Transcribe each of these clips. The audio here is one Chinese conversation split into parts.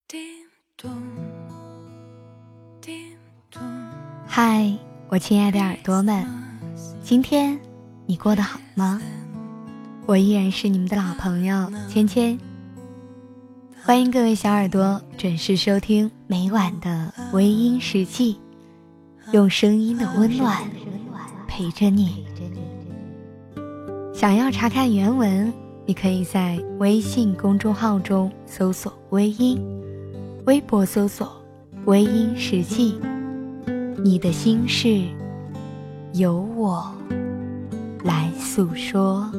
嗨，我亲爱的耳朵们，今天你过得好吗？我依然是你们的老朋友芊芊，欢迎各位小耳朵准时收听每晚的微音时记，用声音的温暖陪着你。想要查看原文，你可以在微信公众号中搜索微音，微博搜索微音时记，你的心事由我来诉说。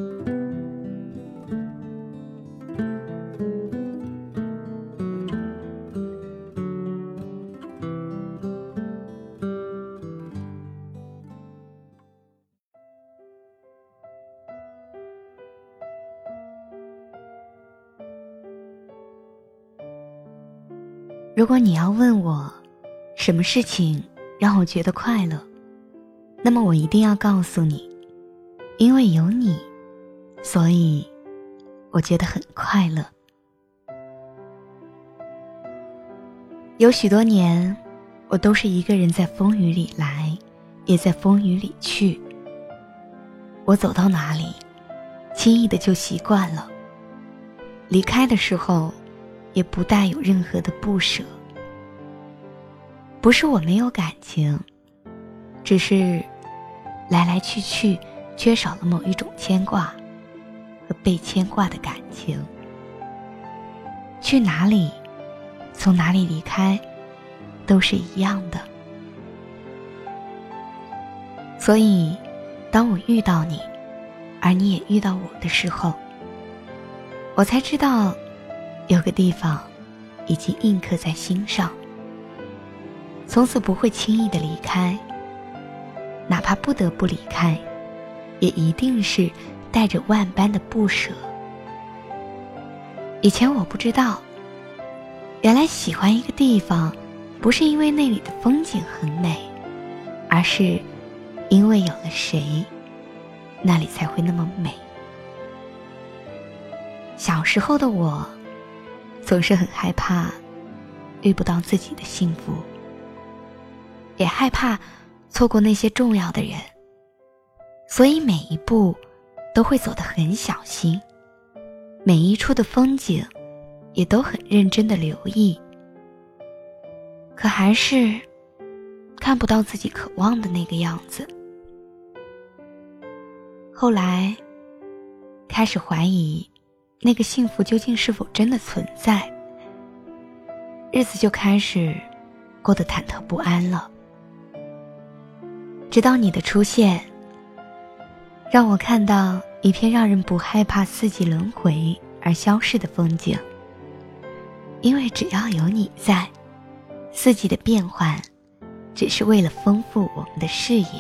如果你要问我什么事情让我觉得快乐，那么我一定要告诉你，因为有你，所以我觉得很快乐。有许多年，我都是一个人在风雨里来，也在风雨里去。我走到哪里，轻易的就习惯了，离开的时候也不带有任何的不舍。不是我没有感情，只是来来去去缺少了某一种牵挂和被牵挂的感情。去哪里，从哪里离开，都是一样的。所以当我遇到你，而你也遇到我的时候，我才知道有个地方已经印刻在心上，从此不会轻易的离开，哪怕不得不离开，也一定是带着万般的不舍。以前我不知道，原来喜欢一个地方，不是因为那里的风景很美，而是因为有了谁，那里才会那么美。小时候的我，总是很害怕遇不到自己的幸福，也害怕错过那些重要的人，所以每一步都会走得很小心，每一处的风景也都很认真地留意，可还是看不到自己渴望的那个样子。后来开始怀疑那个幸福究竟是否真的存在，日子就开始过得忐忑不安了。直到你的出现，让我看到一片让人不害怕四季轮回而消逝的风景。因为只要有你在，四季的变换只是为了丰富我们的视野。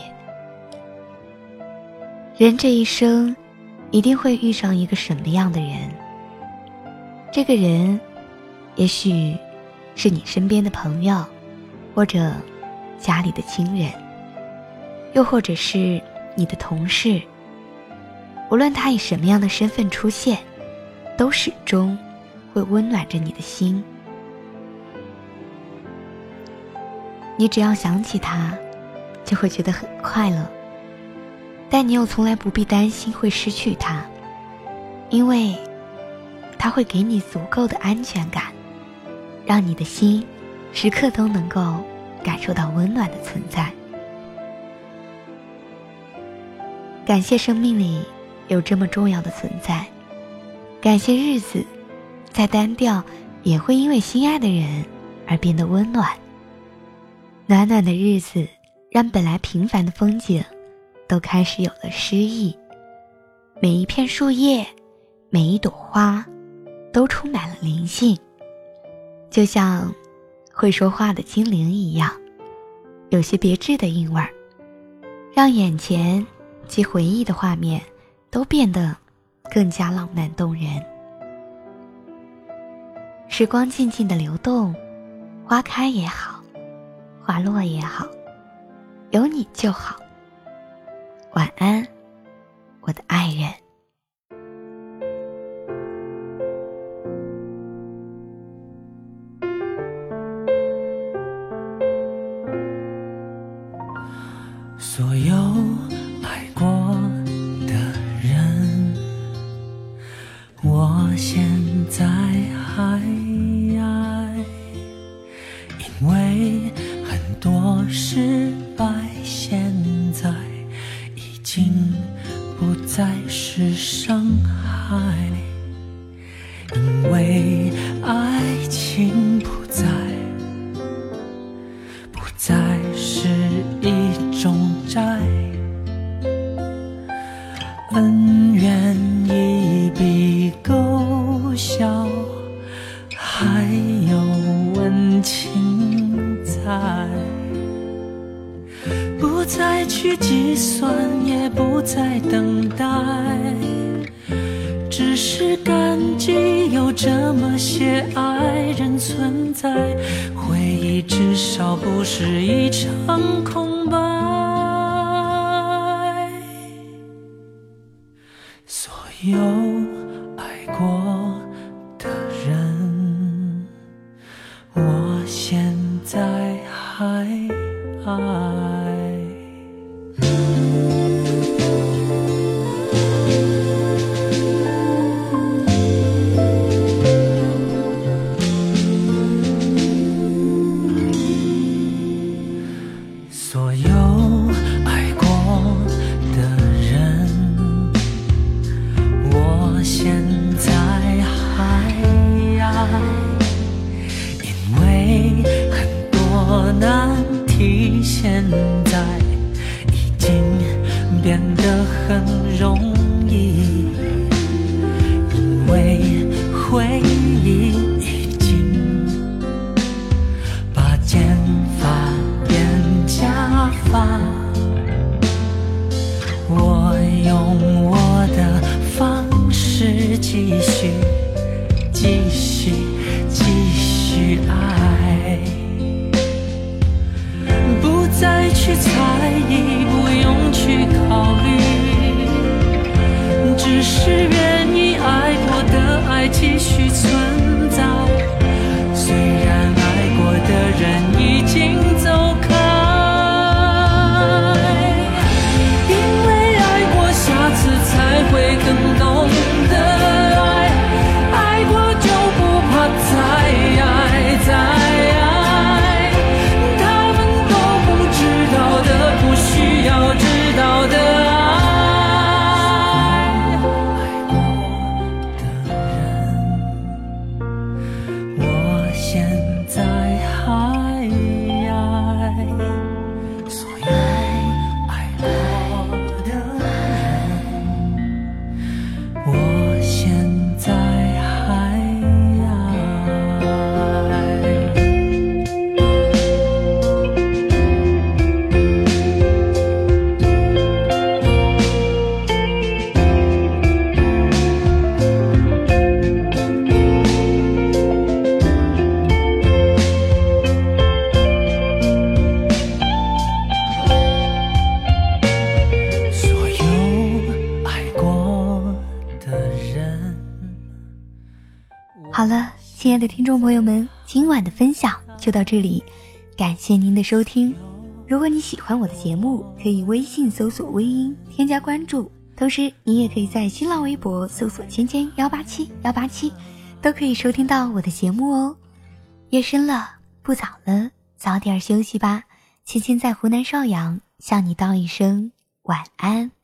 人这一生一定会遇上一个什么样的人，这个人也许是你身边的朋友，或者家里的亲人，又或者是你的同事。无论他以什么样的身份出现，都始终会温暖着你的心。你只要想起他，就会觉得很快乐，但你又从来不必担心会失去他，因为他会给你足够的安全感，让你的心时刻都能够感受到温暖的存在。感谢生命里有这么重要的存在，感谢日子再单调也会因为心爱的人而变得温暖。暖暖的日子让本来平凡的风景都开始有了诗意，每一片树叶，每一朵花都充满了灵性，就像会说话的精灵一样，有些别致的韵味儿，让眼前及回忆的画面都变得更加浪漫动人。时光静静的流动，花开也好，花落也好，有你就好。晚安，我的爱人。 所有爱过的人，我现在还爱，因为很多失败现在已经不再是伤害，因为爱情不再是一种债，恩怨一笔勾销，还有温情在，不再去计算，也不再等待，只是感激有这么些爱人存在，回忆至少不是一场空白。所有爱过的人，我现在还爱。所有爱过的人，我现在还爱，因为很多难题现在已经变得很容易，因为回忆已经把减法变加法，我用我的方式继续爱，不再去猜疑，不用去考虑，只是愿意爱过的爱继续存在，虽然爱过的人已经走开，因为爱过下次才会更懂得爱，爱过就不怕再爱，他们都不知道的，不需要知道的爱过的人，我现在还爱，所有爱过的人，我现在还爱。所有爱过的人。 好了，亲爱的听众朋友们，今晚的分享就到这里，感谢您的收听。如果你喜欢我的节目，可以微信搜索微音添加关注，同时你也可以在新浪微博搜索18187，都可以收听到我的节目哦。夜深了，不早了，早点休息吧。芊芊在湖南邵阳向你道一声晚安。